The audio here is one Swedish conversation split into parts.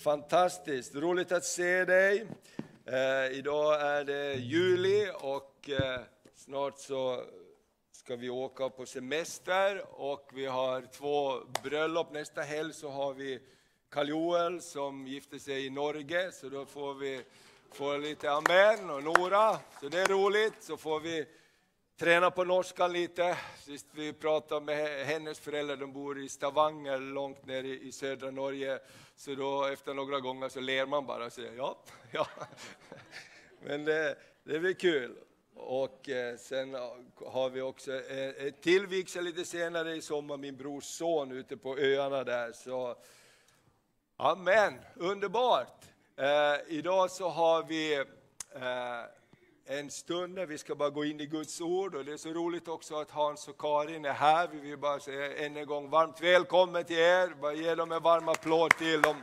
Fantastiskt, roligt att se dig. Idag är det juli och snart så ska vi åka på semester och vi har 2 bröllop. Nästa helg så har vi Karl Joel som gifter sig i Norge, så då får vi lite amen och Nora, så det är roligt. Så får vi träna på norskan lite. Sist vi pratade med hennes föräldrar, de bor i Stavanger långt ner i södra Norge. Så då efter några gånger så ler man bara och säger ja. Men det blir kul. Och sen har vi också ett tillvigsel lite senare i sommar, min brors son ute på öarna där. Så amen, underbart. Idag så har vi en stund där vi ska bara gå in i Guds ord, och det är så roligt också att Hans och Karin är här. Vi vill bara säga än en gång varmt välkommen till er, bara ge dem en varm applåd till dem.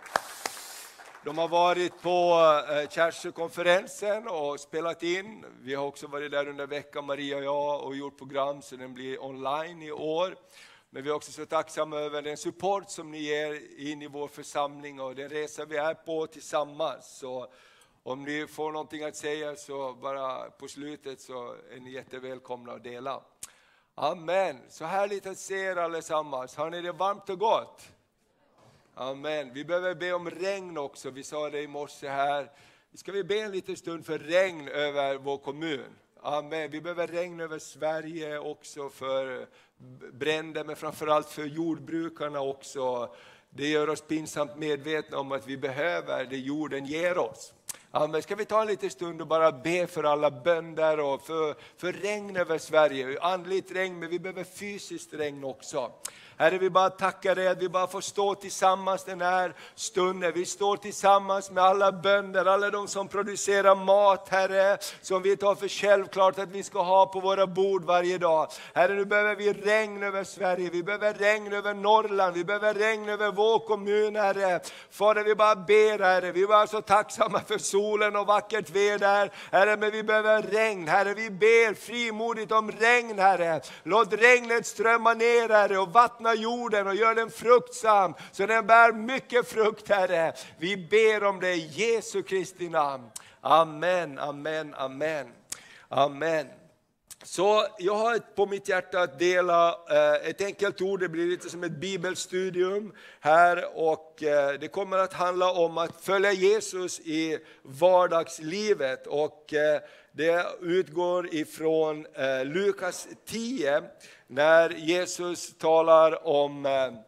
De har varit på Kärsekonferensen och spelat in. Vi har också varit där under veckan, Maria och jag, och gjort program så den blir online i år. Men vi är också så tacksamma över den support som ni ger in i vår församling och den resa vi är på tillsammans. Så om ni får någonting att säga så bara på slutet så är ni jättevälkomna att dela. Amen. Så härligt att se er allesammans. Har ni det varmt och gott? Amen. Vi behöver be om regn också. Vi sa det i morse här. Ska vi be en liten stund för regn över vår kommun? Amen. Vi behöver regn över Sverige också för bränder, men framförallt för jordbrukarna också. Det gör oss pinsamt medvetna om att vi behöver det jorden ger oss. Amen. Ska vi ta en liten stund och bara be för alla bönder och för regn över Sverige. Andligt regn, men vi behöver fysiskt regn också. Herre, vi bara tackar dig att vi bara får stå tillsammans den här stunden. Vi står tillsammans med alla bönder, alla de som producerar mat, Herre, som vi tar för självklart att vi ska ha på våra bord varje dag. Herre, nu behöver vi regn över Sverige, vi behöver regn över Norrland, vi behöver regn över vår kommun, Herre. Fader, vi bara ber, Herre, vi var så tacksamma för solen och vackert väder, Herre, men vi behöver regn, Herre. Vi ber frimodigt om regn, Herre. Låt regnet strömma ner, Herre, och vattna jorden och gör den fruktsam så den bär mycket frukt, Herre. Vi ber om det i Jesu Kristi namn. Amen, amen, amen. Amen. Så jag har på mitt hjärta att dela ett enkelt ord. Det blir lite som ett bibelstudium här, och det kommer att handla om att följa Jesus i vardagslivet, och det utgår ifrån Lukas 10 när Jesus talar om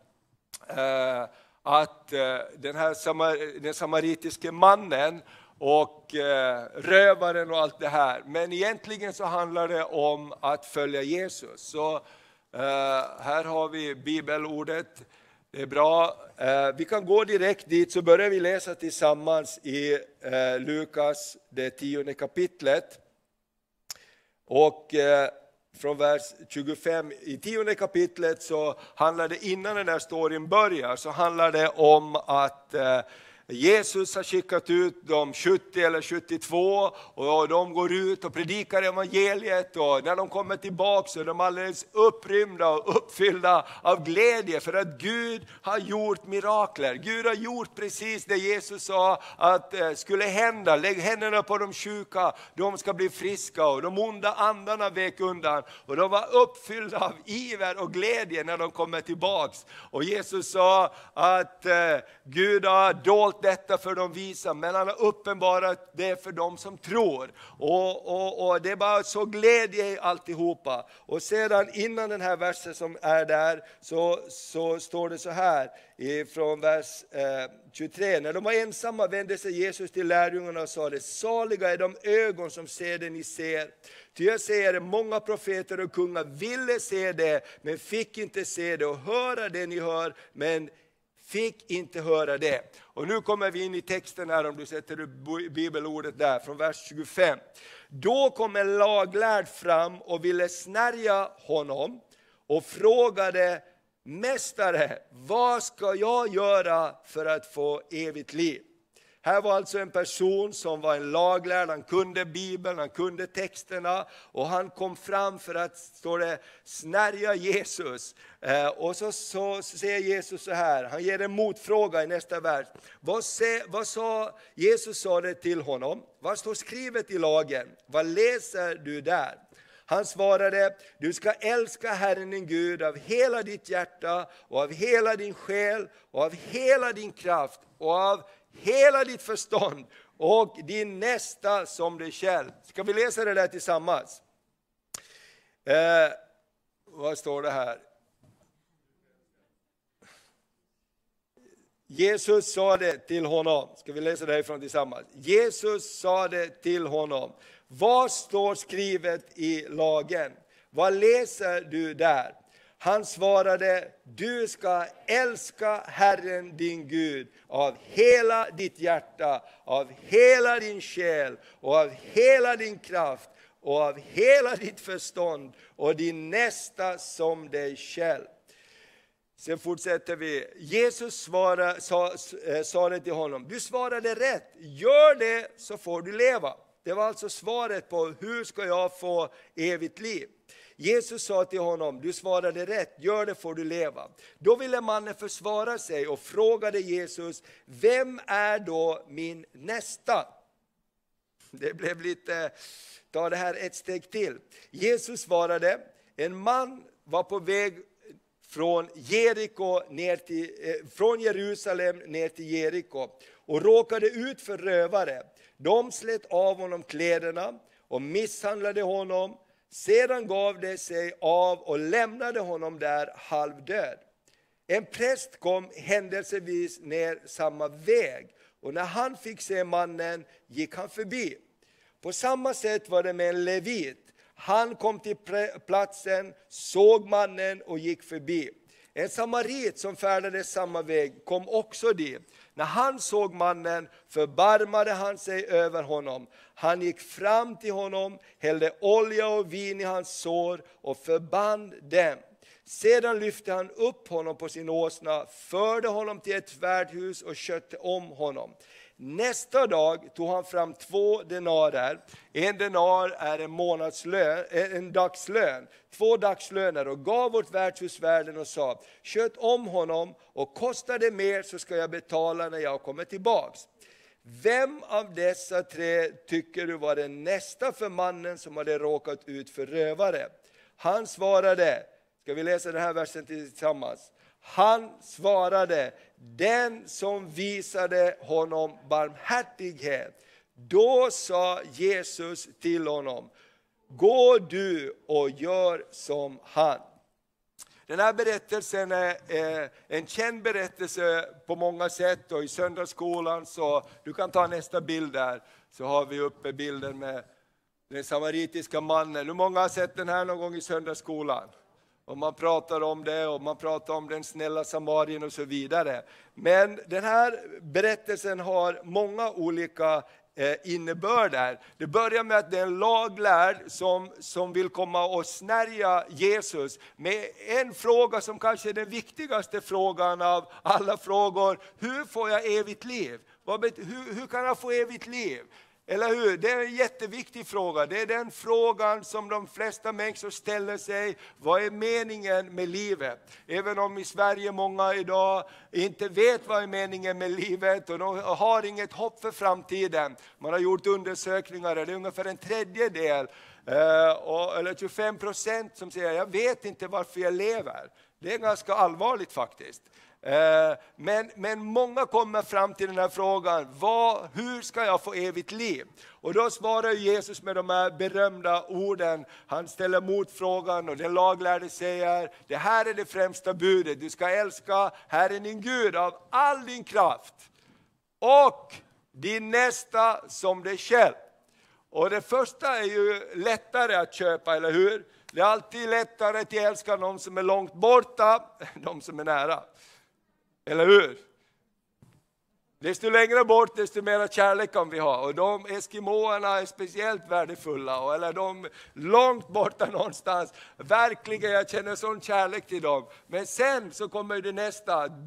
att den samaritiske mannen och rövaren och allt det här. Men egentligen så handlar det om att följa Jesus. Så här har vi bibelordet. Det är bra. Vi kan gå direkt dit, så börjar vi läsa tillsammans i Lukas, det 10:e kapitlet. Och från vers 25 i 10:e kapitlet så handlar det, innan den här storyn börjar, så handlar det om att Jesus har skickat ut de 70 eller 72 och de går ut och predikar evangeliet, och när de kommer tillbaka så är de alldeles upprymda och uppfyllda av glädje för att Gud har gjort mirakler. Gud har gjort precis det Jesus sa att skulle hända. Lägg händerna på de sjuka, de ska bli friska, och de onda andarna vek undan, och de var uppfyllda av iver och glädje när de kommer tillbaka. Och Jesus sa att Gud har dolt detta för de visa, men han har uppenbarat det för de som tror. Och det är bara så glädje i alltihopa. Och sedan innan den här versen som är där så står det så här från vers 23. När de var ensamma vände sig Jesus till lärjungarna och sa det: saliga är de ögon som ser det ni ser. Ty jag säger det, många profeter och kungar ville se det, men fick inte se det, och höra det ni hör, men fick inte höra det. Och nu kommer vi in i texten här, om du sätter bibelordet där, från vers 25. Då kom en laglärd fram och ville snärja honom och frågade: mästare, vad ska jag göra för att få evigt liv? Här var alltså en person som var en laglärd, han kunde Bibeln, han kunde texterna och han kom fram för att, står det, snärja Jesus. Och så säger Jesus så här, han ger en motfråga i nästa vers. Vad sa Jesus sa det till honom? Vad står skrivet i lagen? Vad läser du där? Han svarade, du ska älska Herren din Gud av hela ditt hjärta och av hela din själ och av hela din kraft och av hela ditt förstånd och din nästa som dig själv. Ska vi läsa det där tillsammans? Vad står det här? Jesus sa det till honom. Ska vi läsa det härifrån tillsammans? Jesus sa det till honom. Vad står skrivet i lagen? Vad läser du där? Han svarade, du ska älska Herren din Gud av hela ditt hjärta, av hela din själ och av hela din kraft och av hela ditt förstånd och din nästa som dig själv. Sen fortsätter vi. Jesus sa det till honom, du svarade rätt, gör det så får du leva. Det var alltså svaret på hur ska jag få evigt liv. Jesus sa till honom, du svarade rätt, gör det får du leva. Då ville mannen försvara sig och frågade Jesus, vem är då min nästa? Det blev lite, ta det här ett steg till. Jesus svarade, en man var på väg från Jerusalem ner till Jeriko och råkade ut för rövare. De slet av honom kläderna och misshandlade honom. Sedan gav de sig av och lämnade honom där halvdöd. En präst kom händelsevis ner samma väg och när han fick se mannen gick han förbi. På samma sätt var det med en levit. Han kom till platsen, såg mannen och gick förbi. En samarit som färdades samma väg kom också dit. När han såg mannen förbarmade han sig över honom. Han gick fram till honom, hällde olja och vin i hans sår och förband dem. Sedan lyfte han upp honom på sin åsna, förde honom till ett värdhus och skötte om honom. Nästa dag tog han fram 2 denarer. En denar är en dagslön. 2 dagslöner och gav åt värdshusvärden och sa, sköt om honom och kostar det mer så ska jag betala när jag kommer tillbaks. Vem av dessa 3 tycker du var den nästa för mannen som hade råkat ut för rövare? Han svarade, ska vi läsa den här versen tillsammans? Han svarade, den som visade honom barmhärtighet. Då sa Jesus till honom, gå du och gör som han. Den här berättelsen är en känd berättelse på många sätt och i söndagsskolan, så du kan ta nästa bild där, så har vi uppe bilden med den samaritiska mannen. Hur många har sett den här någon gång i söndagsskolan? Och man pratar om det och man pratar om den snälla samarien och så vidare. Men den här berättelsen har många olika innebörder. Det börjar med att det är en laglärd som vill komma och snärja Jesus med en fråga som kanske är den viktigaste frågan av alla frågor. Hur får jag evigt liv? Hur kan jag få evigt liv? Eller hur? Det är en jätteviktig fråga. Det är den frågan som de flesta människor ställer sig. Vad är meningen med livet? Även om i Sverige många idag inte vet vad är meningen med livet och de har inget hopp för framtiden. Man har gjort undersökningar, det är ungefär en tredjedel eller 25% som säger jag vet inte varför jag lever. Det är ganska allvarligt faktiskt. Men många kommer fram till den här frågan, hur ska jag få evigt liv? Och då svarar Jesus med de här berömda orden. Han ställer motfrågan och den laglärde säger, det här är det främsta budet. Du ska älska Herren din Gud av all din kraft och din nästa som dig själv. Och det första är ju lättare att köpa, eller hur? Det är alltid lättare att älska de som är långt borta än de som är nära. Eller hur? Desto längre bort, desto mer kärlek kan vi ha. Och de eskimoerna är speciellt värdefulla. Eller de långt borta någonstans. Verkligen, jag känner sån kärlek till dem. Men sen så kommer det nästa.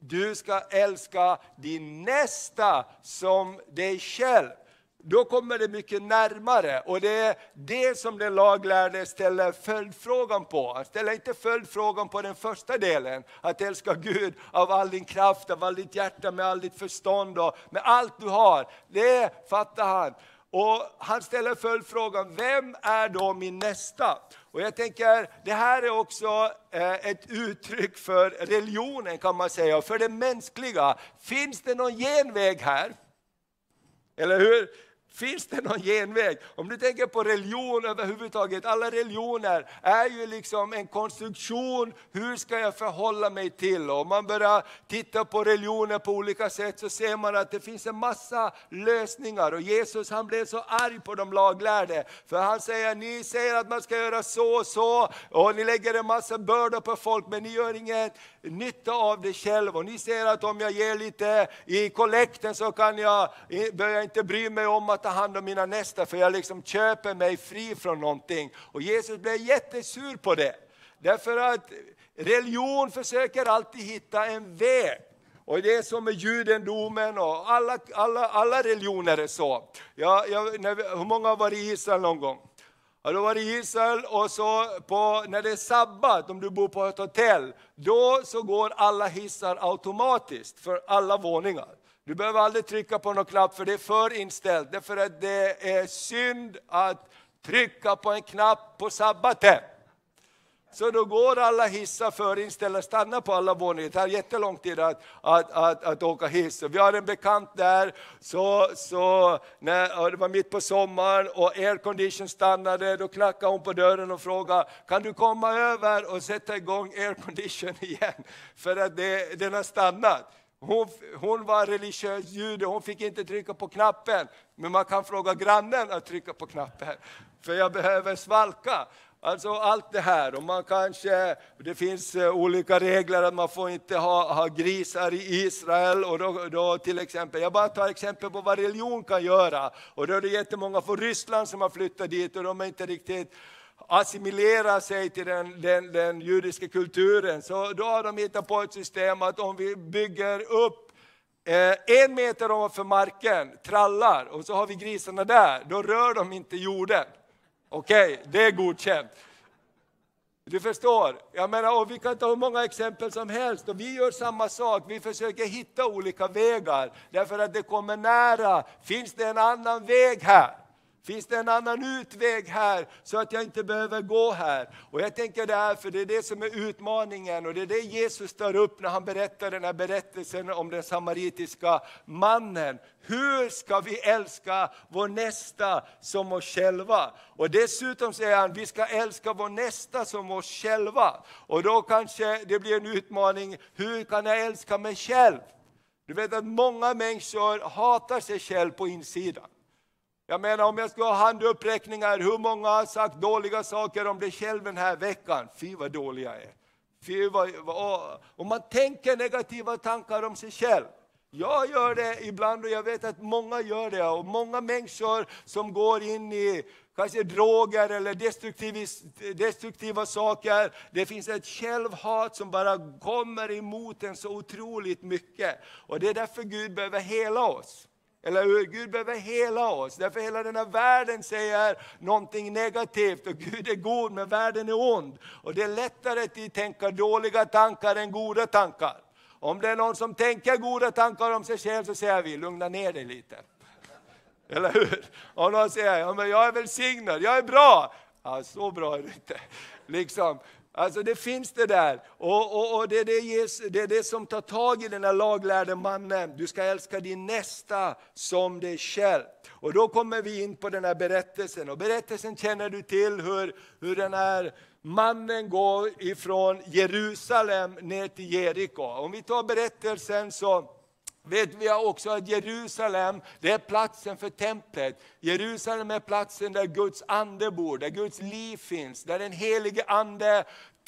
du ska älska din nästa som dig själv. Då kommer det mycket närmare, och det är det som den laglärde ställer följdfrågan på. Han ställer inte följdfrågan på den första delen, att älska Gud av all din kraft, av all ditt hjärta, med all ditt förstånd och med allt du har. Det fattar han. Och han ställer följdfrågan, vem är då min nästa? Och jag tänker, det här är också ett uttryck för religionen, kan man säga, för det mänskliga. Finns det någon genväg här? Eller hur? Finns det någon genväg? Om du tänker på religion överhuvudtaget, alla religioner är ju liksom en konstruktion. Hur ska jag förhålla mig till? Och om man börjar titta på religioner på olika sätt, så ser man att det finns en massa lösningar. Och Jesus, han blev så arg på de laglärde. För han säger, ni säger att man ska göra så och så. Och ni lägger en massa bördor på folk, men ni gör inget nytta av det själv. Och ni säger att om jag ger lite i kollekten, så kan jag börja inte bry mig om att ta hand om mina nästa, för jag liksom köper mig fri från någonting. Och Jesus blev jättesur på det. Därför att religion försöker alltid hitta en väg. Och det är som med judendomen och alla religioner är så. Hur många har varit i Israel någon gång? Har du varit i Israel, och så när det är sabbat, om du bor på ett hotell, då så går alla hissar automatiskt för alla våningar. Du behöver aldrig trycka på någon knapp, för det är förinställt. Därför att det är synd att trycka på en knapp på sabbaten. Så då går alla hissar förinställda, stannar på alla våningar. Det tar jättelång tid att åka hiss. Vi har en bekant där, när det var mitt på sommaren och aircondition stannade, då knackade hon på dörren och frågade, kan du komma över och sätta igång aircondition igen? För att den har stannat. Hon var religiös jude, hon fick inte trycka på knappen. Men man kan fråga grannen att trycka på knappen, för jag behöver svalka. Alltså allt det här, och det finns olika regler att man får inte ha grisar i Israel. Och då till exempel, jag bara tar exempel på vad religion kan göra. Och då är det jättemånga från Ryssland som har flyttat dit, och de är inte riktigt assimilera sig till den judiska kulturen. Så då har de hittat på ett system att om vi bygger upp 1 meter ovanför marken, trallar, och så har vi grisarna där, då rör de inte jorden. Okej, det är godkänt. Du förstår, jag menar, och vi kan ta hur många exempel som helst, och vi gör samma sak, vi försöker hitta olika vägar, därför att det kommer nära. Finns det en annan väg här? Finns det en annan utväg här, så att jag inte behöver gå här? Och jag tänker för det är det som är utmaningen, och det är det Jesus tar upp när han berättar den här berättelsen om den samaritiska mannen. Hur ska vi älska vår nästa som oss själva? Och dessutom säger han, vi ska älska vår nästa som oss själva. Och då kanske det blir en utmaning, hur kan jag älska mig själv? Du vet att många människor hatar sig själv på insidan. Jag menar, om jag ska ha handuppräckningar, hur många har sagt dåliga saker om dig själv den här veckan? Fy vad dålig jag är. Om man tänker negativa tankar om sig själv. Jag gör det ibland, och jag vet att många gör det. Och många människor som går in i kanske droger eller destruktiva saker. Det finns ett självhat som bara kommer emot en så otroligt mycket. Och det är därför Gud behöver hela oss. Eller hur? Gud behöver hela oss. Därför hela den här världen säger någonting negativt. Och Gud är god, men världen är ond. Och det är lättare att tänka dåliga tankar än goda tankar. Om det är någon som tänker goda tankar om sig själv, så säger vi, lugna ner dig lite. Eller hur? Och någon säger, ja, men jag är välsignad, jag är bra. Ja, så bra är det inte. Liksom. Alltså det finns det där, och det är det som tar tag i den här laglärde mannen. Du ska älska din nästa som dig själv. Och då kommer vi in på den här berättelsen. Och berättelsen känner du till, hur den här mannen går ifrån Jerusalem ner till Jeriko. Om vi tar berättelsen, så vet vi också att Jerusalem, det är platsen för templet. Jerusalem är platsen där Guds ande bor, där Guds liv finns, där den helige ande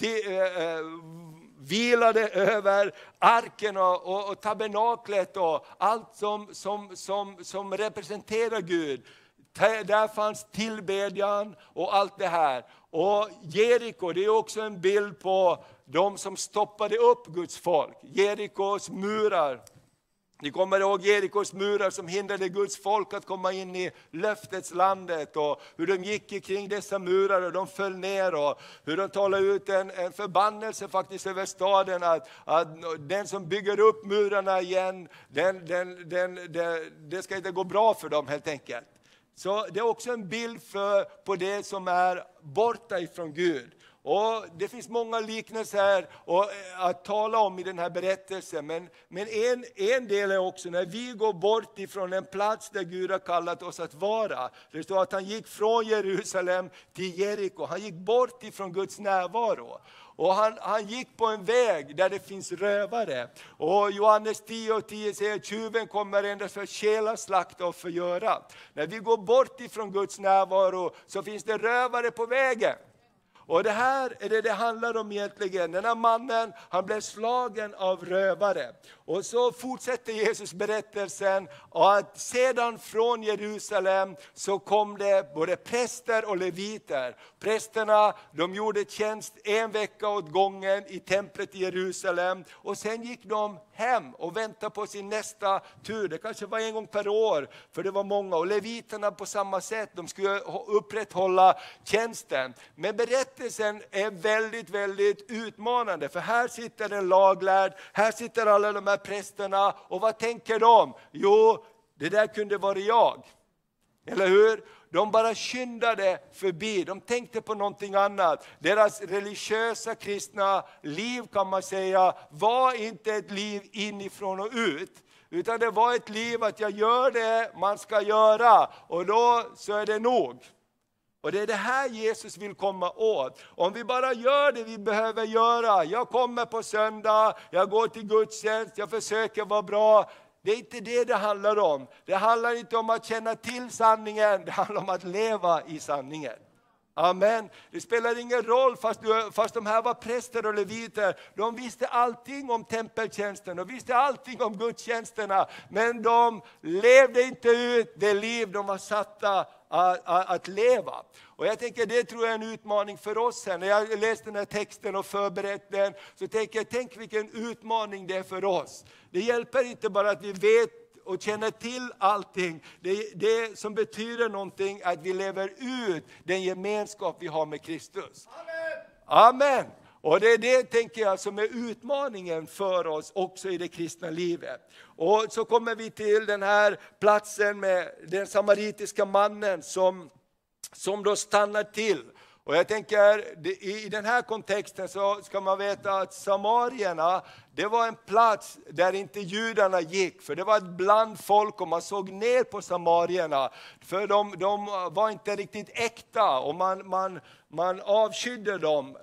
vilade över arken och tabernaklet och allt som representerar Gud. Där fanns tillbedjan och allt det här. Och Jeriko, det är också en bild på de som stoppade upp Guds folk. Jerikos murar. Ni kommer ihåg Jerikos murar som hindrade Guds folk att komma in i löftets landet, och hur de gick kring dessa murar och de föll ner, och hur de talade ut en förbannelse faktiskt över staden, att den som bygger upp murarna igen, det ska inte gå bra för dem helt enkelt. Så det är också en bild på det som är borta ifrån Gud. Och det finns många liknelser att tala om i den här berättelsen. Men en del är också när vi går bort ifrån en plats där Gud har kallat oss att vara. Det står att han gick från Jerusalem till Jeriko. Han gick bort ifrån Guds närvaro. Och han gick på en väg där det finns rövare. Och Johannes 10:10 säger att tjuven kommer endast för att stjäla, slakta och förgöra. När vi går bort ifrån Guds närvaro så finns det rövare på vägen. Och det här är det handlar om egentligen. Den här mannen, han blev slagen av rövare. Och så fortsätter Jesus berättelsen att sedan från Jerusalem så kom det både präster och leviter. Prästerna, de gjorde tjänst en vecka åt gången i templet i Jerusalem. Och sen gick de hem och väntade på sin nästa tur. Det kanske var en gång per år, för det var många. Och leviterna på samma sätt, de skulle upprätthålla tjänsten. Men berättelsen är väldigt, väldigt utmanande. För här sitter en laglärd, här sitter alla de här prästerna. Och vad tänker de? Jo, det där kunde vara jag. Eller hur? De bara skyndade förbi. De tänkte på någonting annat. Deras religiösa kristna liv, kan man säga, var inte ett liv inifrån och ut. Utan det var ett liv att jag gör det man ska göra. Och då så är det nog. Och det är det här Jesus vill komma åt. Om vi bara gör det vi behöver göra. Jag kommer på söndag, jag går till gudstjänst, jag försöker vara bra. Det är inte det det handlar om. Det handlar inte om att känna till sanningen, det handlar om att leva i sanningen. Amen. Det spelar ingen roll fast de här var präster och leviter. De visste allting om tempeltjänsten. De visste allting om gudstjänsterna. Men de levde inte ut det liv de var satta att leva. Och jag tänker det tror jag är en utmaning för oss här. När jag läste den här texten och förberett den så tänker jag, tänk vilken utmaning det är för oss. Det hjälper inte bara att vi vet och känner till allting. Det som betyder någonting att vi lever ut den gemenskap vi har med Kristus. Amen. Amen. Och det är det, tänker jag, som är utmaningen för oss också i det kristna livet. Och så kommer vi till den här platsen med den samaritiska mannen som då stannar till. Och jag tänker, i den här kontexten så ska man veta att samarierna, det var en plats där inte judarna gick. För det var ett blandfolk och man såg ner på samarierna. För de var inte riktigt äkta och man avskydde dem.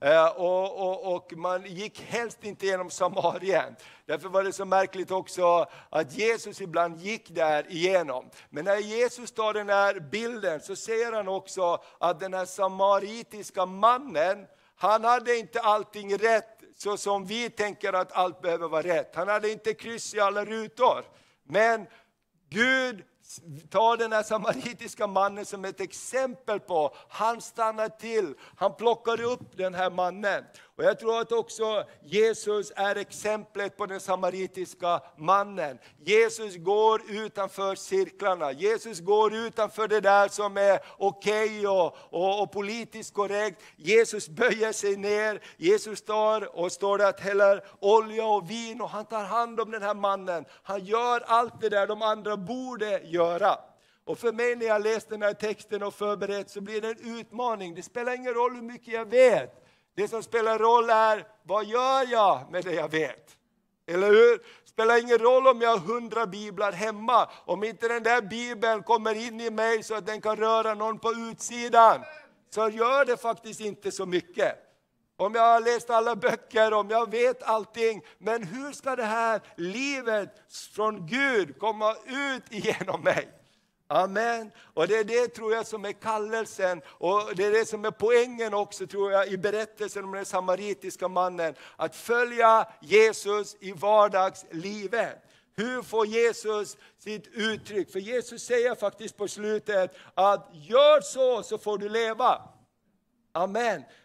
Och man gick helst inte genom Samarien. Därför var det så märkligt också att Jesus ibland gick där igenom. Men när Jesus tar den här bilden så ser han också att den här samaritiska mannen, han hade inte allting rätt så som vi tänker att allt behöver vara rätt. Han hade inte kryss i alla rutor. Men Gud tar den här samaritiska mannen som ett exempel på, han stannar till, han plockar upp den här mannen. Och jag tror att också Jesus är exemplet på den samaritiska mannen. Jesus går utanför cirklarna. Jesus går utanför det där som är okej och politiskt korrekt. Jesus böjer sig ner. Jesus står där att häller olja och vin och han tar hand om den här mannen. Han gör allt det där de andra borde göra. Och för mig när jag läste den här texten och förberett så blir det en utmaning. Det spelar ingen roll hur mycket jag vet. Det som spelar roll är, vad gör jag med det jag vet? Eller hur? Det spelar ingen roll om jag har 100 biblar hemma. Om inte den där bibeln kommer in i mig så att den kan röra någon på utsidan. Så gör det faktiskt inte så mycket. Om jag har läst alla böcker, om jag vet allting. Men hur ska det här livet från Gud komma ut igenom mig? Amen. Och det är det tror jag som är kallelsen. Och det är det som är poängen också tror jag i berättelsen om den samaritiska mannen. Att följa Jesus i vardagslivet. Hur får Jesus sitt uttryck? För Jesus säger faktiskt på slutet att gör så får du leva. Amen.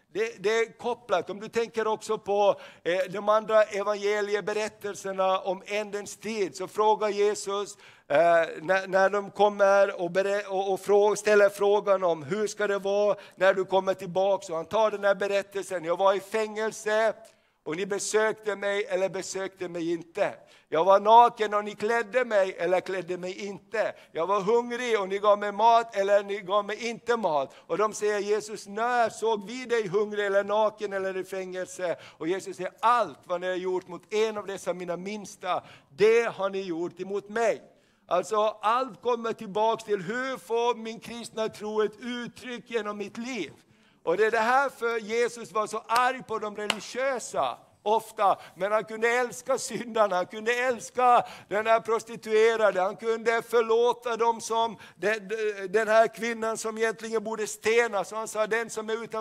Det är kopplat. Om du tänker också på de andra evangelieberättelserna om ändens tid, så frågar Jesus när de kommer och ställer frågan om hur ska det vara när du kommer tillbaka. Så han tar den här berättelsen: jag var i fängelse och ni besökte mig eller besökte mig inte. Jag var naken och ni klädde mig eller klädde mig inte. Jag var hungrig och ni gav mig mat eller ni gav mig inte mat. Och de säger: Jesus, när såg vi dig hungrig eller naken eller i fängelse? Och Jesus säger: allt vad ni har gjort mot en av dessa mina minsta, det har ni gjort emot mig. Alltså allt kommer tillbaka till hur får min kristna tro ett uttryck genom mitt liv. Och det är det här för Jesus var så arg på de religiösa ofta, men han kunde älska syndarna, han kunde älska den här prostituerade, han kunde förlåta dem som den här kvinnan som egentligen borde stenas. Så han sa: den som är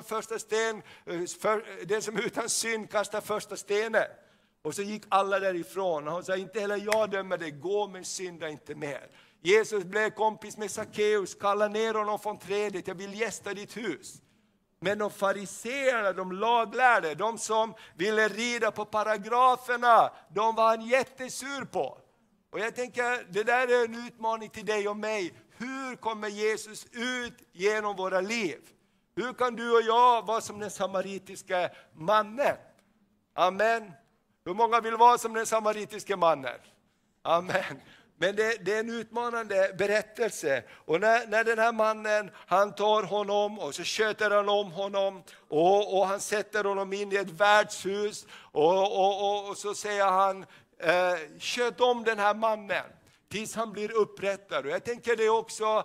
utan synd kastar första stenen. Och så gick alla därifrån och han sa: inte heller jag dömer dig, gå men synda inte mer. Jesus blev kompis med Sackeus, kallade ner honom från trädet: jag vill gästa ditt hus. Men de fariseerna, de laglärde, de som ville rida på paragraferna, de var han jättesur på. Och jag tänker, det där är en utmaning till dig och mig. Hur kommer Jesus ut genom våra liv? Hur kan du och jag vara som den samaritiska mannen? Amen. Hur många vill vara som den samaritiska mannen? Amen. Men det är en utmanande berättelse. Och när den här mannen, han tar honom och så sköter han om honom. Och han sätter honom in i ett värdshus. Och så säger han: sköt om den här mannen tills han blir upprättad. Och jag tänker det är också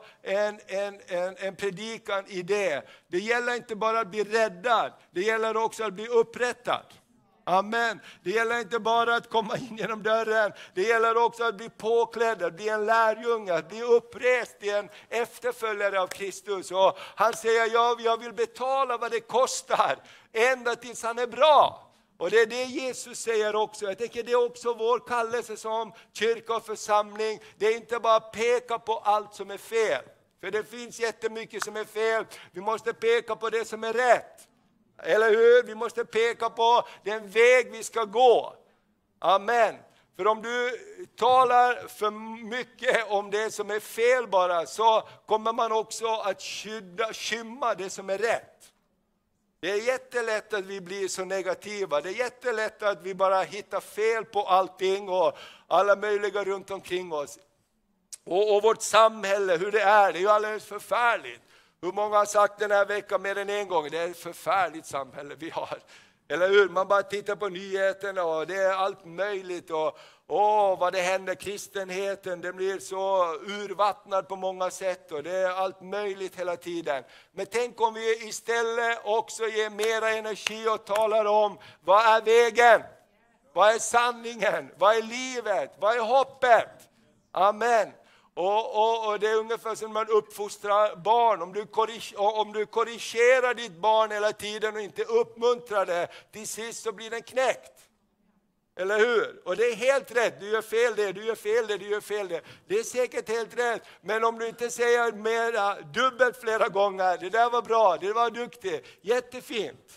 en predikan i det. Det gäller inte bara att bli räddad, det gäller också att bli upprättad. Amen. Det gäller inte bara att komma in genom dörren. Det gäller också att bli påklädd, att bli en lärjunge, att bli upprest i en efterföljare av Kristus. Och han säger: jag vill betala vad det kostar ända tills han är bra. Och det är det Jesus säger också. Jag tänker det är också vår kallelse som kyrka och församling. Det är inte bara att peka på allt som är fel. För det finns jättemycket som är fel. Vi måste peka på det som är rätt. Eller hur? Vi måste peka på den väg vi ska gå. Amen. För om du talar för mycket om det som är fel bara, så kommer man också att skymma det som är rätt. Det är jättelätt att vi blir så negativa. Det är jättelätt att vi bara hittar fel på allting och alla möjliga runt omkring oss. Och vårt samhälle, hur det är ju alldeles förfärligt. Hur många har sagt den här veckan mer än en gång: det är ett förfärligt samhälle vi har. Eller hur? Man bara tittar på nyheterna och det är allt möjligt. Och vad det händer, kristenheten, den blir så urvattnad på många sätt. Och det är allt möjligt hela tiden. Men tänk om vi istället också ger mera energi och talar om: vad är vägen? Vad är sanningen? Vad är livet? Vad är hoppet? Amen. Och det är ungefär som man uppfostrar barn. Om du korrigerar ditt barn hela tiden och inte uppmuntrar det, till sist så blir den knäckt. Eller hur? Och det är helt rätt. Du gör fel det, du gör fel det, du gör fel det. Det är säkert helt rätt. Men om du inte säger mera, dubbelt flera gånger: det där var bra, det var duktigt, jättefint.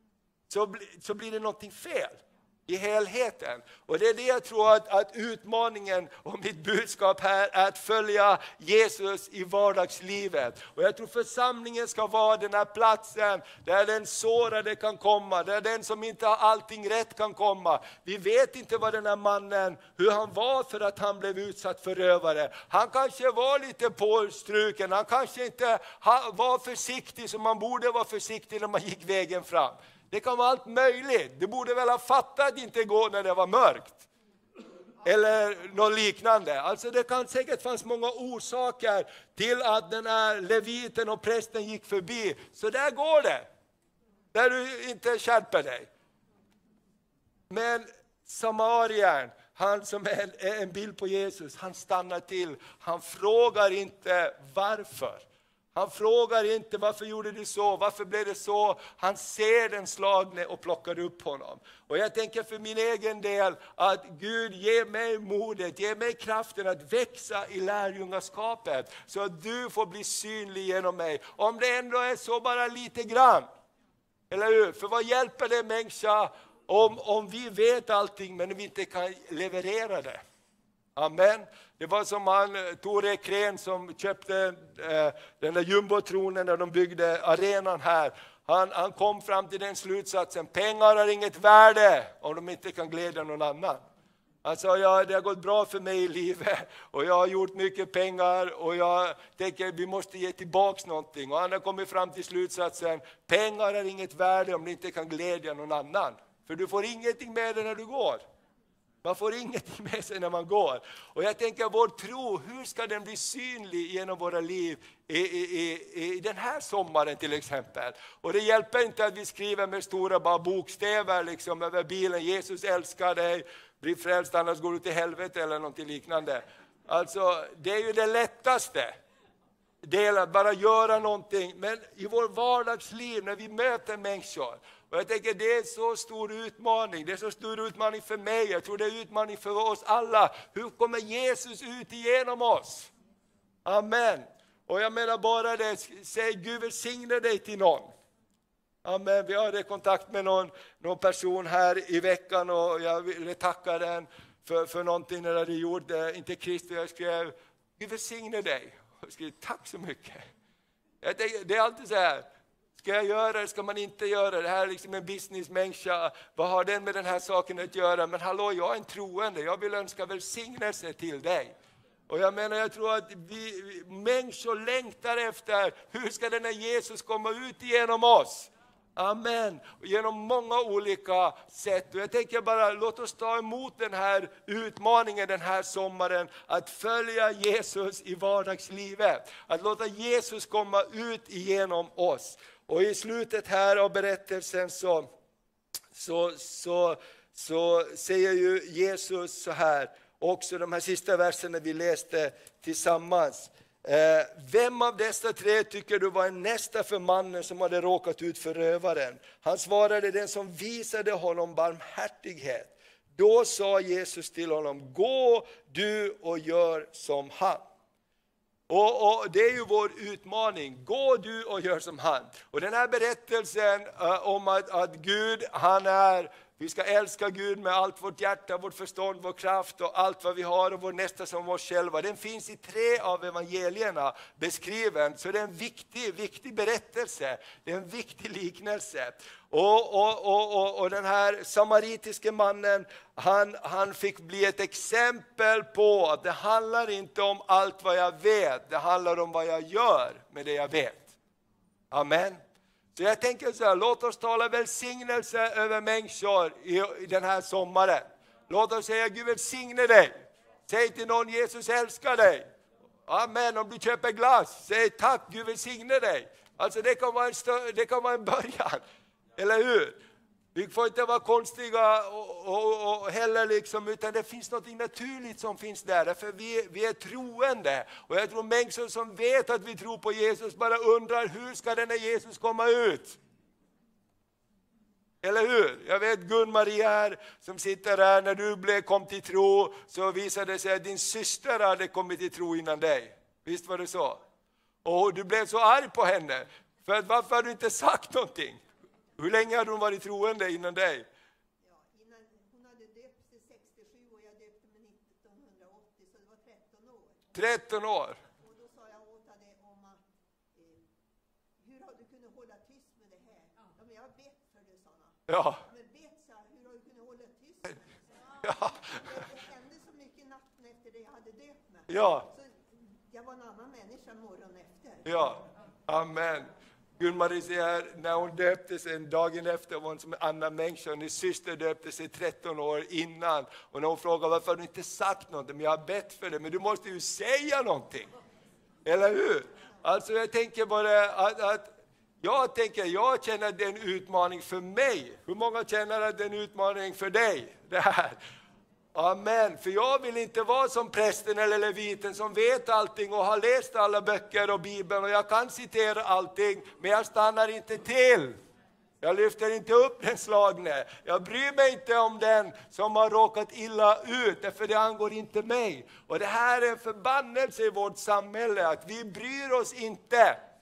Så blir det någonting fel i helheten. Och det är det jag tror att utmaningen och mitt budskap här är, att följa Jesus i vardagslivet. Och jag tror församlingen ska vara den här platsen där den sårade kan komma, där den som inte har allting rätt kan komma. Vi vet inte vad den här mannen, hur han var för att han blev utsatt för rövare. Han kanske var lite påstruken, han kanske inte var försiktig som man borde vara försiktig när man gick vägen fram. Det kan vara allt möjligt. Du borde väl ha fattat att inte gå när det var mörkt. Eller något liknande. Alltså det kan säkert fanns många orsaker till att den här leviten och prästen gick förbi. Så där går det. Där du inte skärper dig. Men samarien, han som är en bild på Jesus, han stannar till. Han frågar inte varför. Han frågar inte: varför gjorde du så? Varför blev det så? Han ser den slagne och plockar upp honom. Och jag tänker för min egen del att Gud ger mig modet, ger mig kraften att växa i lärjungaskapet. Så att du får bli synlig genom mig. Om det ändå är så bara lite grann. Eller hur? För vad hjälper det människa om vi vet allting men vi inte kan leverera det? Amen. Det var som Tore Ekrén som köpte den där jumbotronen när de byggde arenan här. Han kom fram till den slutsatsen: pengar har inget värde om de inte kan glädja någon annan. Alltså det har gått bra för mig i livet och jag har gjort mycket pengar och jag tänker vi måste ge tillbaks någonting. Och han har kommit fram till slutsatsen: pengar har inget värde om de inte kan glädja någon annan. För du får ingenting med dig när du går. Man får ingenting med sig när man går. Och jag tänker vår tro, hur ska den bli synlig genom våra liv i den här sommaren till exempel. Och det hjälper inte att vi skriver med stora bara bokstäver liksom över bilen: Jesus älskar dig, bli frälst annars går du till helvete eller något liknande. Alltså det är ju det lättaste. Det är att bara göra någonting. Men i vår vardagsliv när vi möter människor. Och jag tänker det är så stor utmaning. Det är så stor utmaning för mig. Jag tror det är en utmaning för oss alla. Hur kommer Jesus ut igenom oss? Amen. Och jag menar bara det. Säg Gud välsigne dig till någon. Amen. Vi hade kontakt med någon person här i veckan. Och jag ville tacka den för någonting när jag gjorde. Inte Kristus. Jag skrev Gud välsigne dig. Jag skrev tack så mycket. Jag tänker, det är alltid så här. Ska jag göra det? Ska man inte göra det? Det här är liksom en businessmänniska. Vad har den med den här saken att göra? Men hallå, jag är en troende. Jag vill önska välsignelse till dig. Och jag menar, jag tror att vi människor längtar efter hur ska den här Jesus komma ut genom oss? Amen. Och genom många olika sätt. Och jag tänker bara, låt oss ta emot den här utmaningen den här sommaren. Att följa Jesus i vardagslivet. Att låta Jesus komma ut genom oss. Och i slutet här av berättelsen så säger ju Jesus så här. Också de här sista verserna vi läste tillsammans. Vem av dessa tre tycker du var en nästa för mannen som hade råkat ut för rövaren? Han svarade: den som visade honom barmhärtighet. Då sa Jesus till honom: gå du och gör som han. Och det är ju vår utmaning. Gå du och gör som han. Och den här berättelsen om att Gud, han är... Vi ska älska Gud med allt vårt hjärta, vårt förstånd, vår kraft och allt vad vi har och vår nästa som oss själva. Den finns i 3 av evangelierna beskriven. Så det är en viktig berättelse. Det är en viktig liknelse. Och den här samaritiske mannen, han fick bli ett exempel på att det handlar inte om allt vad jag vet. Det handlar om vad jag gör med det jag vet. Amen. Så jag tänker så här, låt oss tala välsignelse över människor i den här sommaren. Låt oss säga Gud välsigne dig. Säg till någon Jesus älskar dig. Amen, om du köper glass, säg tack Gud välsigne dig. Alltså det kan vara en början, eller hur? Vi får inte vara konstiga och heller liksom, utan det finns något naturligt som finns där. För vi är troende. Och jag tror människor som vet att vi tror på Jesus bara undrar, hur ska den här Jesus komma ut? Eller hur? Jag vet Gun-Marie här som sitter här. När du kom till tro så visade det sig att din syster hade kommit till tro innan dig. Visst var det så? Och du blev så arg på henne. För att varför har du inte sagt någonting? Hur länge hade hon varit troende innan dig? Ja, hon hade döpt sig 67 och jag döpte mig 1980, så det var 13 år. 13 år? Och då sa jag åt henne om att hur har du kunnat hålla tyst med det här? Ja, men jag har bett för det, sa hon. Ja. Men bett, sa hur har du kunnat hålla tyst? Ja. Det hände så mycket natten efter det jag hade döpt mig. Ja. Så jag var en annan människa morgonen efter. Ja, amen. Gun-Marie säger, när hon döpte sig dagen efter var hon som en annan människa. Hennes syster döpte sig 13 år innan. Och när hon frågade varför har du inte sagt något, men jag har bett för det. Men du måste ju säga någonting. Eller hur? Alltså jag tänker bara att jag känner att det är en utmaning för mig. Hur många känner att det är en utmaning för dig? Det här. Amen, för jag vill inte vara som prästen eller leviten som vet allting och har läst alla böcker och Bibeln och jag kan citera allting, men jag stannar inte till. Jag lyfter inte upp den slagne. Jag bryr mig inte om den som har råkat illa ut, för det angår inte mig. Och det här är en förbannelse i vårt samhälle, att vi bryr oss inte.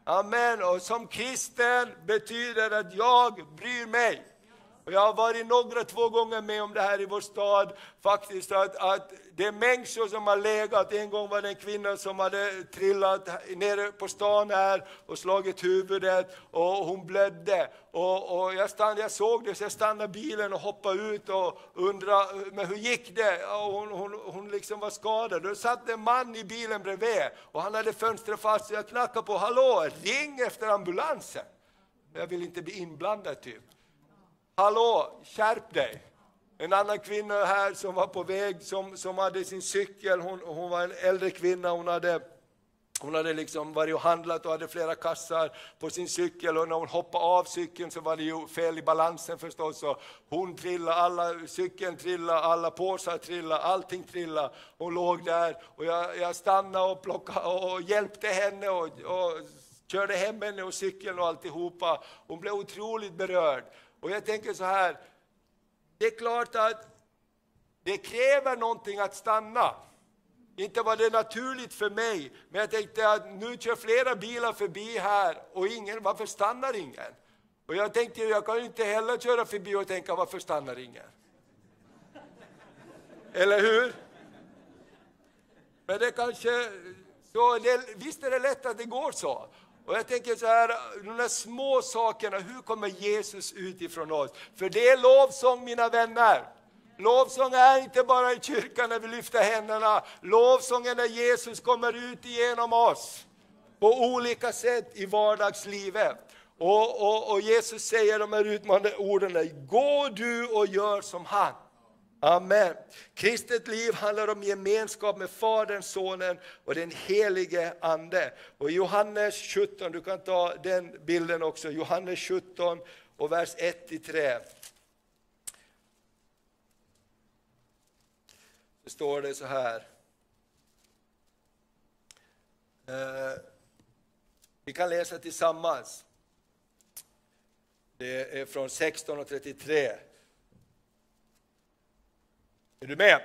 Amen. Och som kristen betyder att jag bryr mig. Och jag har varit 2 gånger med om det här i vår stad. Faktiskt att det är människor som har legat. En gång var det en kvinna som hade trillat nere på stan här och slagit huvudet. Och hon blödde. Och jag såg det, så jag stannade bilen och hoppade ut och undrade, men hur gick det? Och hon liksom var skadad. Då satt en man i bilen bredvid och han hade fönstret fast. Så jag knackade på, hallå, ring efter ambulansen. Jag vill inte bli inblandad typ. Hallå, skärp dig. En annan kvinna här som var på väg, som hade sin cykel. Hon var en äldre kvinna, hon hade liksom varit och handlat och hade flera kassar på sin cykel. Och när hon hoppade av cykeln så var det ju fel i balansen förstås. Så hon trillade, cykeln trillade, alla påsar trillade, allting trillade. Hon låg där och jag stannade och plockade och hjälpte henne och körde hem henne och cykeln och alltihopa. Hon blev otroligt berörd. Och jag tänker så här, det är klart att det kräver någonting att stanna. Inte var det naturligt för mig, men jag tänkte att nu kör flera bilar förbi här och varför stannar ingen? Och jag tänkte, jag kan inte heller köra förbi och tänka, varför stannar ingen? Eller hur? Men det kanske, visst är det lätt att det går så. Och jag tänker så här, de där små sakerna, hur kommer Jesus ut ifrån oss? För det är lovsång, mina vänner. Lovsång är inte bara i kyrkan när vi lyfter händerna. Lovsång är när Jesus kommer ut igenom oss. På olika sätt i vardagslivet. Och Jesus säger de här utmanande orden, gå du och gör som han. Amen. Kristet liv handlar om gemenskap med Fadern, Sonen och den helige Ande. Och Johannes 17, du kan ta den bilden också. Johannes 17 och vers 1-3. Så står det så här. Vi kan läsa tillsammans. Det är från 16:33. Är du med?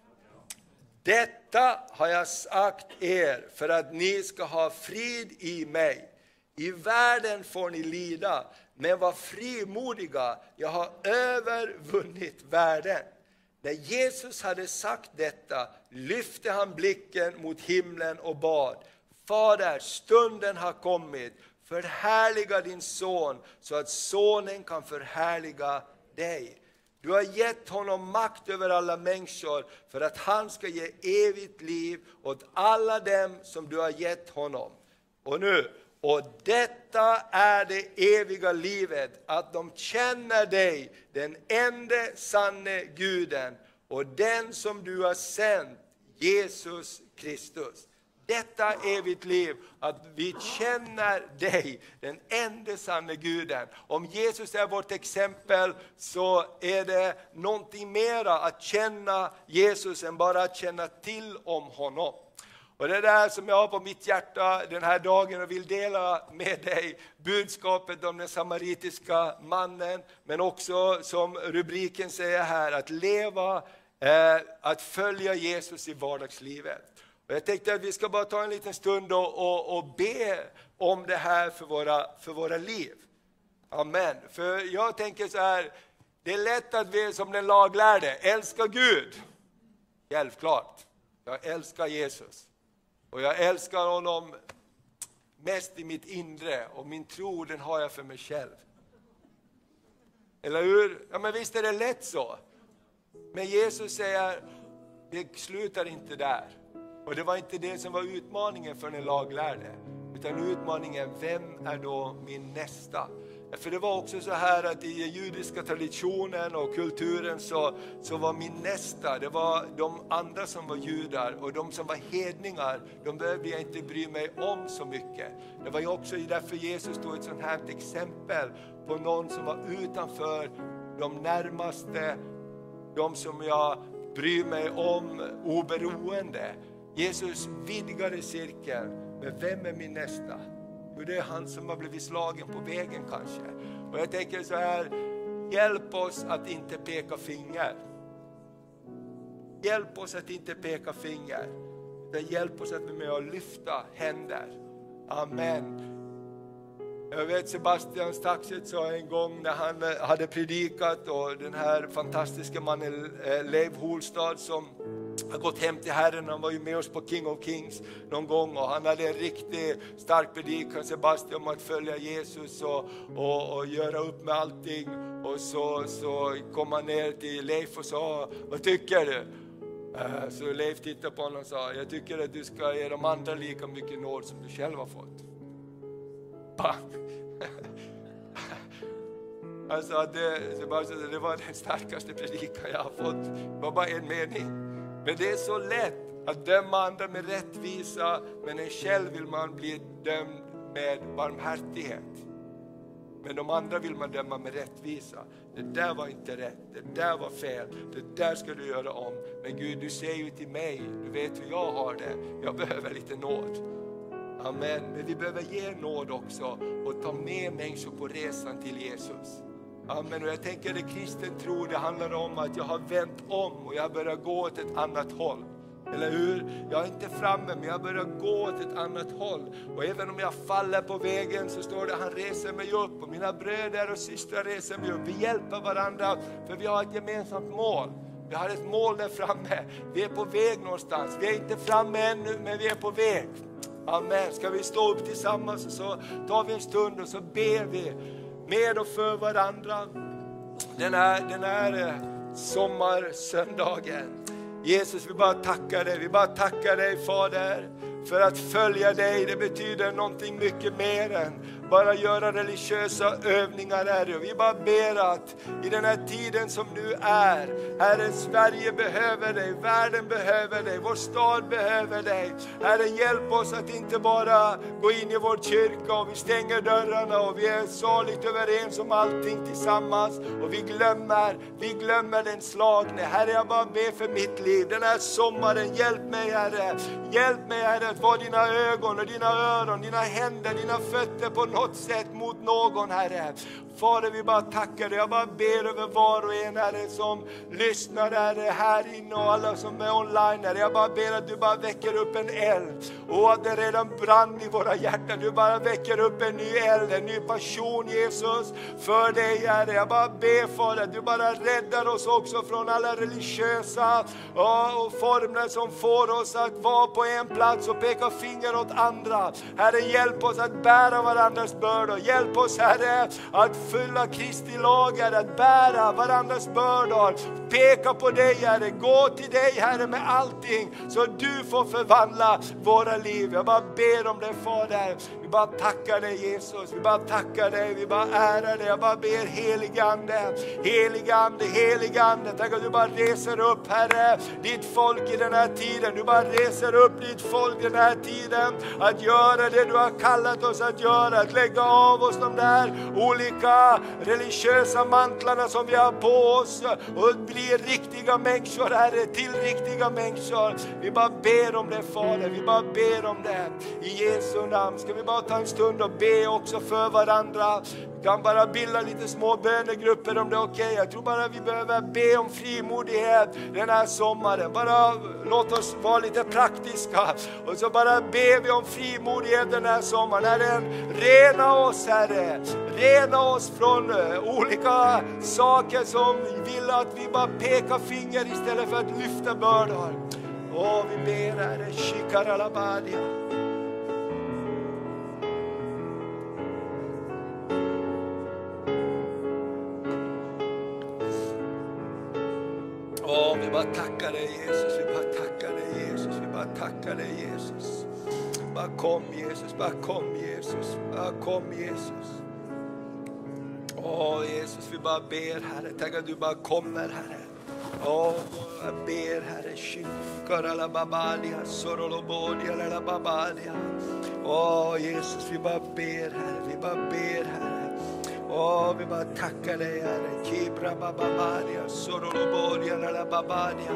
Detta har jag sagt er för att ni ska ha frid i mig. I världen får ni lida, men var frimodiga. Jag har övervunnit världen. När Jesus hade sagt detta lyfte han blicken mot himlen och bad. Fader, stunden har kommit. Förhärliga din son så att sonen kan förhärliga dig. Du har gett honom makt över alla människor för att han ska ge evigt liv åt alla dem som du har gett honom. Och nu, och detta är det eviga livet, att de känner dig, den enda sanne Guden, och den som du har sänt, Jesus Kristus. Detta evigt liv, att vi känner dig, den enda sanne Guden. Om Jesus är vårt exempel så är det någonting mera att känna Jesus än bara att känna till om honom. Och det är där som jag har på mitt hjärta den här dagen och vill dela med dig budskapet om den samaritiska mannen. Men också som rubriken säger här, att leva, att följa Jesus i vardagslivet. Och jag tänkte att vi ska bara ta en liten stund och be om det här för våra liv. Amen. För jag tänker så här, det är lätt att vi som den laglärde älskar Gud. Självklart. Jag älskar Jesus. Och jag älskar honom mest i mitt inre. Och min tro, den har jag för mig själv. Eller hur? Ja, men visst är det lätt så. Men Jesus säger, det slutar inte där. Och det var inte det som var utmaningen för den laglärde. Utan utmaningen, vem är då min nästa? För det var också så här att i den judiska traditionen och kulturen så var min nästa, det var de andra som var judar. Och de som var hedningar, de behövde jag inte bry mig om så mycket. Det var ju också därför Jesus tog ett sånt här exempel på någon som var utanför de närmaste. De som jag bryr mig om oberoende. Jesus vidgade cirkeln, men vem är min nästa? Och det är han som har blivit slagen på vägen kanske. Och jag tänker så här, hjälp oss att inte peka finger. Hjälp oss att inte peka finger. Utan hjälp oss att vi med att lyfta händer. Amen. Jag vet Sebastian Staxet sa en gång när han hade predikat, och den här fantastiska mannen Leif Holstad som har gått hem till Herren, han var ju med oss på King of Kings någon gång, och han hade en riktigt stark predikan, Sebastian, om att följa Jesus och göra upp med allting. Och så kom han ner till Leif och sa, vad tycker du? Så Leif tittade på honom och sa, jag tycker att du ska ge de andra lika mycket nåd som du själv har fått. Alltså det var den starkaste predikan jag har fått. Det var bara en mening. Men det är så lätt att döma andra med rättvisa, men en själv vill man bli dömd med barmhärtighet. Men de andra vill man döma med rättvisa. Det där var inte rätt, det där var fel, det där ska du göra om. Men Gud, du säger ju till mig, du vet hur jag har det, jag behöver lite nåd. Amen, men vi behöver ge nåd också och ta med människor på resan till Jesus. Amen, och jag tänker att kristen tro, det handlar om att jag har vänt om och jag börjar gå åt ett annat håll. Eller hur? Jag är inte framme, men jag börjar gå åt ett annat håll. Och även om jag faller på vägen så står det, han reser mig upp. Och mina bröder och systrar reser mig upp. Vi hjälper varandra för vi har ett gemensamt mål. Vi har ett mål där framme. Vi är på väg någonstans. Vi är inte framme ännu, men vi är på väg. Amen. Ska vi stå upp tillsammans och så tar vi en stund och så ber vi med och för varandra. Den här sommarsöndagen. Jesus, vi bara tackar dig. Vi bara tackar dig, Fader, för att följa dig. Det betyder någonting mycket mer än bara göra religiösa övningar, Herre. Vi bara ber att i den här tiden som nu är, Herre, Sverige behöver dig, världen behöver dig, vår stad behöver dig. Herre, hjälp oss att inte bara gå in i vår kyrka och vi stänger dörrarna och vi är saligt överens om allting tillsammans och vi glömmer den slagne. Herre, jag bara ber för mitt liv den här sommaren. Hjälp mig, Herre. Hjälp mig, Herre, att vara dina ögon och dina öron, dina händer, dina fötter på något sätt mot någon, Herre. Fader, vi bara tackar dig. Jag bara ber över var och en, Herre, som lyssnar, Herre, här inne och alla som är online, Herre. Jag bara ber att du bara väcker upp en eld och att det redan brann i våra hjärtan. Du bara väcker upp en ny eld, en ny passion, Jesus, för dig, Herre. Jag bara ber, Fader, att du bara räddar oss också från alla religiösa och formler som får oss att vara på en plats och peka finger åt andra. Herre, hjälp oss att bära varandras bördor. Hjälp oss, Herre, att fylla Kristi lagar, att bära varandras bördor. Peka på dig, Herre. Gå till dig, Herre, med allting så du får förvandla våra liv. Jag bara ber om det, Fader. Vi bara tackar dig, Jesus. Vi bara tackar dig. Vi bara ärar dig. Jag bara ber, helige Ande. Helige Ande, helige Ande. Tack att du bara reser upp, Herre, ditt folk i den här tiden. Du bara reser upp ditt folk i den här tiden. Att göra det du har kallat oss att göra. Att lägga av oss de där olika religiösa mantlarna som vi har på oss. Och bli riktiga människor, Herre, till riktiga människor. Vi bara ber om det, Fader. Vi bara ber om det. I Jesu namn ska vi bara ta en stund och be också för varandra. Vi kan bara bilda lite små bönegrupper om det är okej. Jag tror bara vi behöver be om frimodighet den här sommaren. Bara låt oss vara lite praktiska. Och så bara ber vi om frimodighet den här sommaren. Herre, rena oss, Herre. Rena oss från olika saker som vill att vi bara pekar finger istället för att lyfta bördor. Och vi ber, Herre, shikaralabadia. Vi bara tackar dig, Jesus. Vi bara tackar dig, Jesus. Vi bara tackar dig, Jesus. Bara kom, Jesus. Bara kom, Jesus. Bara kom, Jesus. Jesus, vi bara ber, Herre. Tack att du bara kommer, Herre. Jag ber, Herre. Shikarala babadia, sorolobodia, la babadia. Jesus, vi bara ber, Herre. Vi bara ber, Herre. Vi bara tackar dig, Herre. Kibra babadia, sorolobodia, la babadia.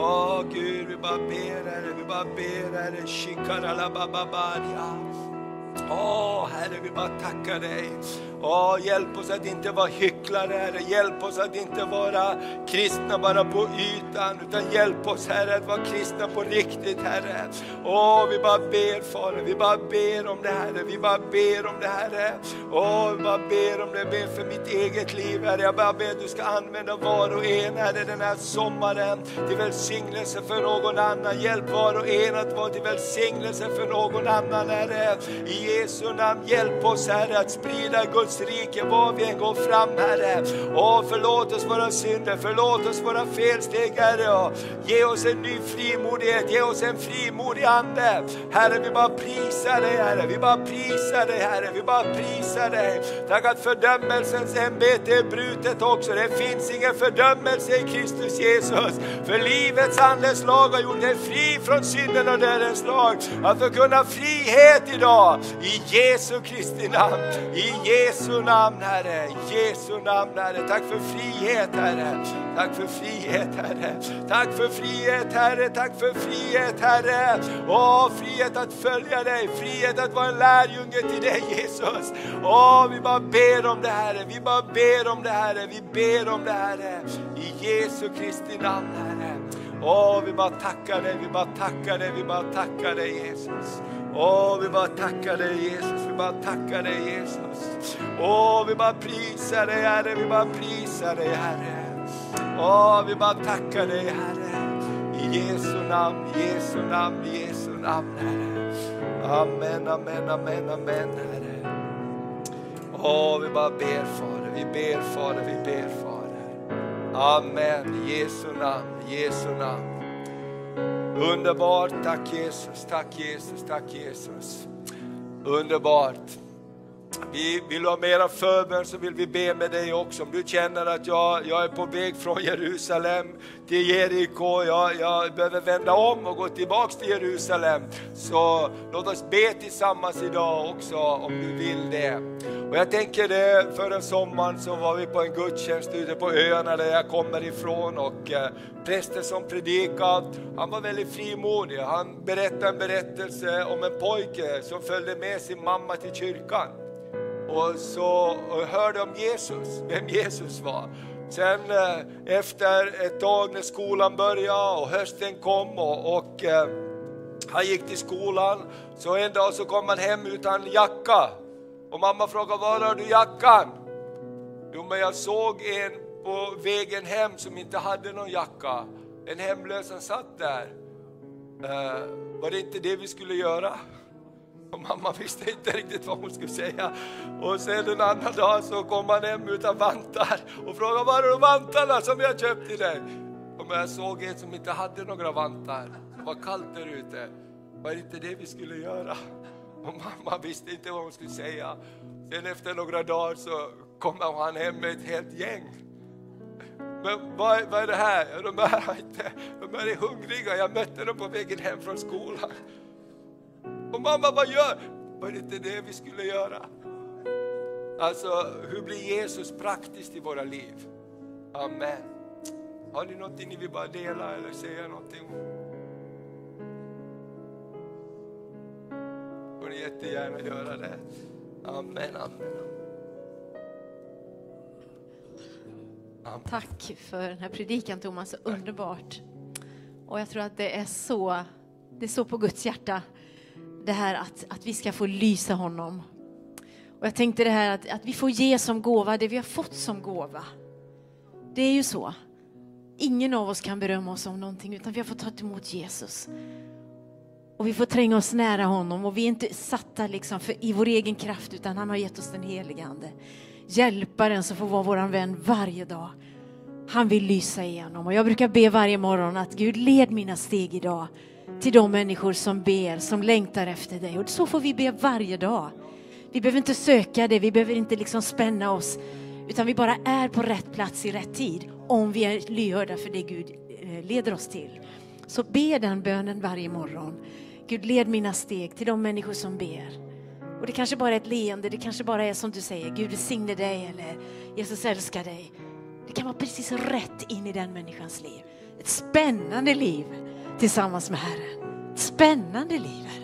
Gud, vi bara ber, Herre. Vi bara ber, Herre. Shikarala babadia. Herre, vi bara tackar dig. Hjälp oss att inte vara hycklare, Herre. Hjälp oss att inte vara kristna bara på ytan, utan hjälp oss, Herre, att vara kristna på riktigt, Herre. Vi bara ber, Fader. Vi bara ber om det, Herre. Vi bara ber om det, Herre. Vi bara ber om det. Jag ber för mitt eget liv, Herre. Jag bara ber att du ska använda var och en, Herre, den här sommaren till välsignelse för någon annan. Hjälp var och en att vara till välsignelse för någon annan, Herre. I Jesu namn, hjälp oss, Herre, att sprida Guds rike var vi än går fram, Herre. Förlåt oss våra synder, förlåt oss våra felsteg, Herre. Ge oss en ny frimodighet, ge oss en frimodig ande. Herre, vi bara prisar dig, Herre. Vi bara prisar dig, Herre. Vi bara prisar dig. Tack att fördömelsens ämbete är brutet också. Det finns ingen fördömelse i Kristus Jesus. För livets andes lag har gjort dig fri från synden och dödens lag. Att förkunna frihet idag i Jesu Kristi namn. I Jesu namn, Herre. Jesu namn, Herre. Tack för frihet, Herre. Tack för frihet, Herre. Tack för frihet, Herre. Tack för frihet, Herre. Frihet att följa dig. Frihet att vara en lärjunge till dig, Jesus. Vi bara ber om det, Herre. Vi bara ber om det, Herre. Vi ber om det, Herre. I Jesu Kristi namn, Herre. Vi bara tackar dig. Vi bara tackar dig. Vi bara tackar dig, Jesus. Vi bara tackar dig, Jesus. Vi bara tackar dig, Jesus. Vi bara prisar dig, Herre. Vi bara prisar dig, Herre. Vi bara tackar dig, Herre. I Jesu namn, Jesu namn, Jesu namn, Herre. Amen, amen, amen, amen, Herre. Vi bara ber, Fader. Vi ber, Fader. Vi ber, Fader. Amen. Jesu namn, Jesu namn. Underbart, tack Jesus, tack Jesus, tack Jesus. Underbart. Vill du ha mera förbön så vill vi be med dig också. Om du känner att jag är på väg från Jerusalem till Jeriko, jag behöver vända om och gå tillbaks till Jerusalem, så låt oss be tillsammans idag också om du vill det. Och jag tänker det, förra sommaren så var vi på en gudstjänst ute på öarna där jag kommer ifrån, och prästen som predikade, han var väldigt frimodig. Han berättade en berättelse om en pojke som följde med sin mamma till kyrkan. Och hörde om Jesus, vem Jesus var. Sen efter ett tag när skolan började och hösten kom och han gick till skolan, så en dag så kom han hem utan jacka. Och mamma frågade, var har du jackan? Jo, men jag såg en på vägen hem som inte hade någon jacka. En hemlös som satt där. Var det inte det vi skulle göra? Och mamma visste inte riktigt vad hon skulle säga. Och sen en annan dag så kom han hem utan vantar och frågade, var är de vantarna som jag köpt till dig? Och jag såg en som inte hade några vantar. Det var kallt där ute. Var det inte det vi skulle göra? Och mamma visste inte vad hon skulle säga. Sen efter några dagar så kom han hem med ett helt gäng. Men vad är det här? De är hungriga. Jag mötte dem på vägen hem från skolan. Och mamma, vad gör? Var det inte det vi skulle göra? Alltså, hur blir Jesus praktiskt i våra liv? Amen. Har ni någonting ni vill bara dela eller säga någonting? Får ni jättegärna göra det. Amen, amen. Amen. Tack för den här predikan, Thomas, så underbart. Och jag tror att det är så på Guds hjärta. Det här att vi ska få lysa honom. Och jag tänkte det här att vi får ge som gåva det vi har fått som gåva. Det är ju så. Ingen av oss kan berömma oss om någonting, utan vi har fått ta emot Jesus. Och vi får tränga oss nära honom. Och vi är inte satta liksom i vår egen kraft, utan han har gett oss den helige ande. Hjälparen som får vara våran vän varje dag. Han vill lysa igenom. Och jag brukar be varje morgon att Gud, led mina steg idag till de människor som ber, som längtar efter dig. Och så får vi be varje dag. Vi behöver inte söka det, vi behöver inte liksom spänna oss, utan vi bara är på rätt plats i rätt tid, om vi är lyhörda för det Gud leder oss till. Så be den bönen varje morgon. Gud, led mina steg till de människor som ber. Och det kanske bara är ett leende, det kanske bara är som du säger, Gud välsigne dig, eller Jesus älskar dig. Det kan vara precis rätt in i den människans liv. Ett spännande liv tillsammans med Herren. Ett spännande liv, Herre.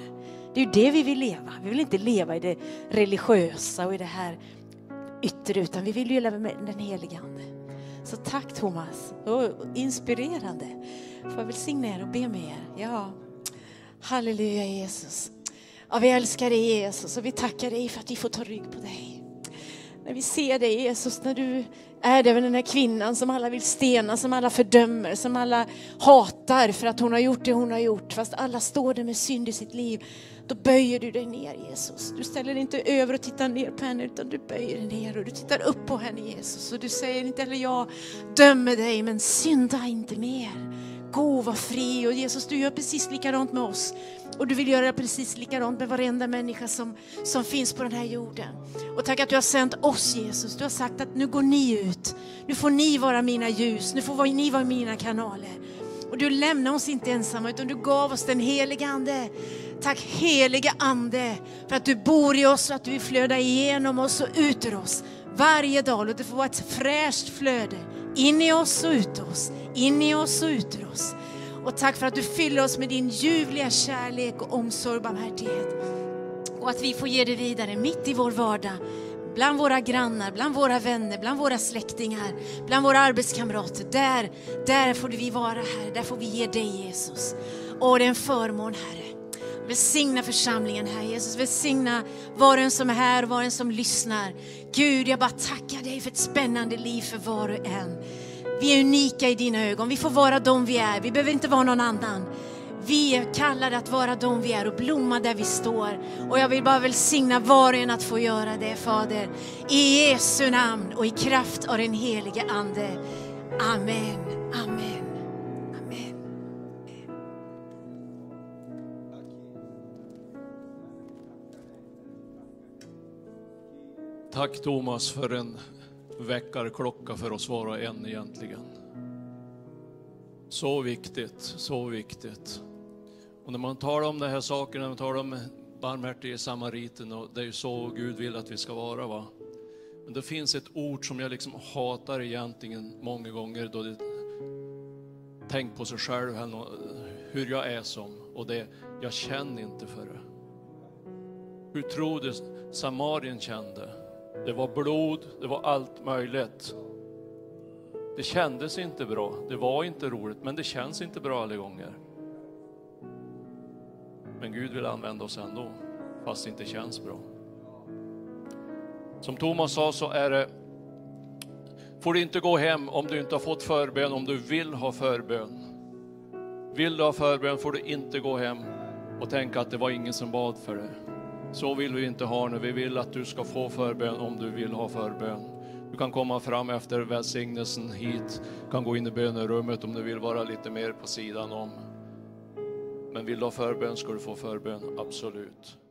Det är ju det vi vill leva. Vi vill inte leva i det religiösa och i det här yttre, utan vi vill ju leva med den helige Ande. Så tack Thomas, inspirerande. Får jag välsigna er och be med er. Ja, halleluja Jesus. Ja, vi älskar dig Jesus och vi tackar dig för att vi får ta rygg på dig. När vi ser dig Jesus, när du är det, den här kvinnan som alla vill stena, som alla fördömer, som alla hatar för att hon har gjort det hon har gjort. Fast alla står där med synd i sitt liv. Då böjer du dig ner Jesus. Du ställer inte över och tittar ner på henne, utan du böjer dig ner och du tittar upp på henne Jesus. Och du säger inte heller jag dömer dig, men synda inte mer. Gå, var fri. Och Jesus, du gör precis likadant med oss. Och du vill göra precis likadant med varenda människa som finns på den här jorden. Och tack att du har sänt oss Jesus. Du har sagt att nu går ni ut. Nu får ni vara mina ljus. Nu får ni vara mina kanaler. Och du lämnar oss inte ensamma, utan du gav oss den heliga Ande. Tack heliga Ande för att du bor i oss och att du vill flöda igenom oss och ut ur oss varje dag. Och det får vara ett fräscht flöde in i oss och ut ur oss. In i oss och ut ur oss. Och tack för att du fyller oss med din ljuvliga kärlek och omsorg och barmhärtighet. Och att vi får ge det vidare mitt i vår vardag. Bland våra grannar, bland våra vänner, bland våra släktingar, bland våra arbetskamrater. Där får vi vara här. Där får vi ge dig Jesus. Och det är en förmån Herre. Välsigna församlingen här Jesus. Välsigna var en som är här och var en som lyssnar. Gud, jag bara tackar dig för ett spännande liv för var och en. Vi är unika i dina ögon. Vi får vara de vi är. Vi behöver inte vara någon annan. Vi är kallade att vara de vi är och blomma där vi står. Och jag vill bara välsigna var och en att få göra det, Fader. I Jesu namn och i kraft av den helige Ande. Amen, amen, amen. Tack Thomas för en väckarklocka för oss var och en egentligen. Så viktigt, så viktigt. Och när man talar om de här sakerna, när man talar om barmhärtige samariten, och det är ju så Gud vill att vi ska vara, va? Men det finns ett ord som jag liksom hatar egentligen många gånger, då det tänk på sig själv hur jag är som, och det jag känner inte för det. Hur tror du Samarien kände? Det var blod, det var allt möjligt. Det kändes inte bra, det var inte roligt, men det känns inte bra alla gånger. Men Gud vill använda oss ändå, fast det inte känns bra. Som Thomas sa så är det, får du inte gå hem om du inte har fått förbön, om du vill ha förbön. Vill du ha förbön får du inte gå hem och tänka att det var ingen som bad för det. Så vill vi inte ha nu. Vi vill att du ska få förbön om du vill ha förbön. Du kan komma fram efter välsignelsen hit. Du kan gå in i bönerummet om du vill vara lite mer på sidan om. Men vill du ha förbön ska du få förbön, absolut.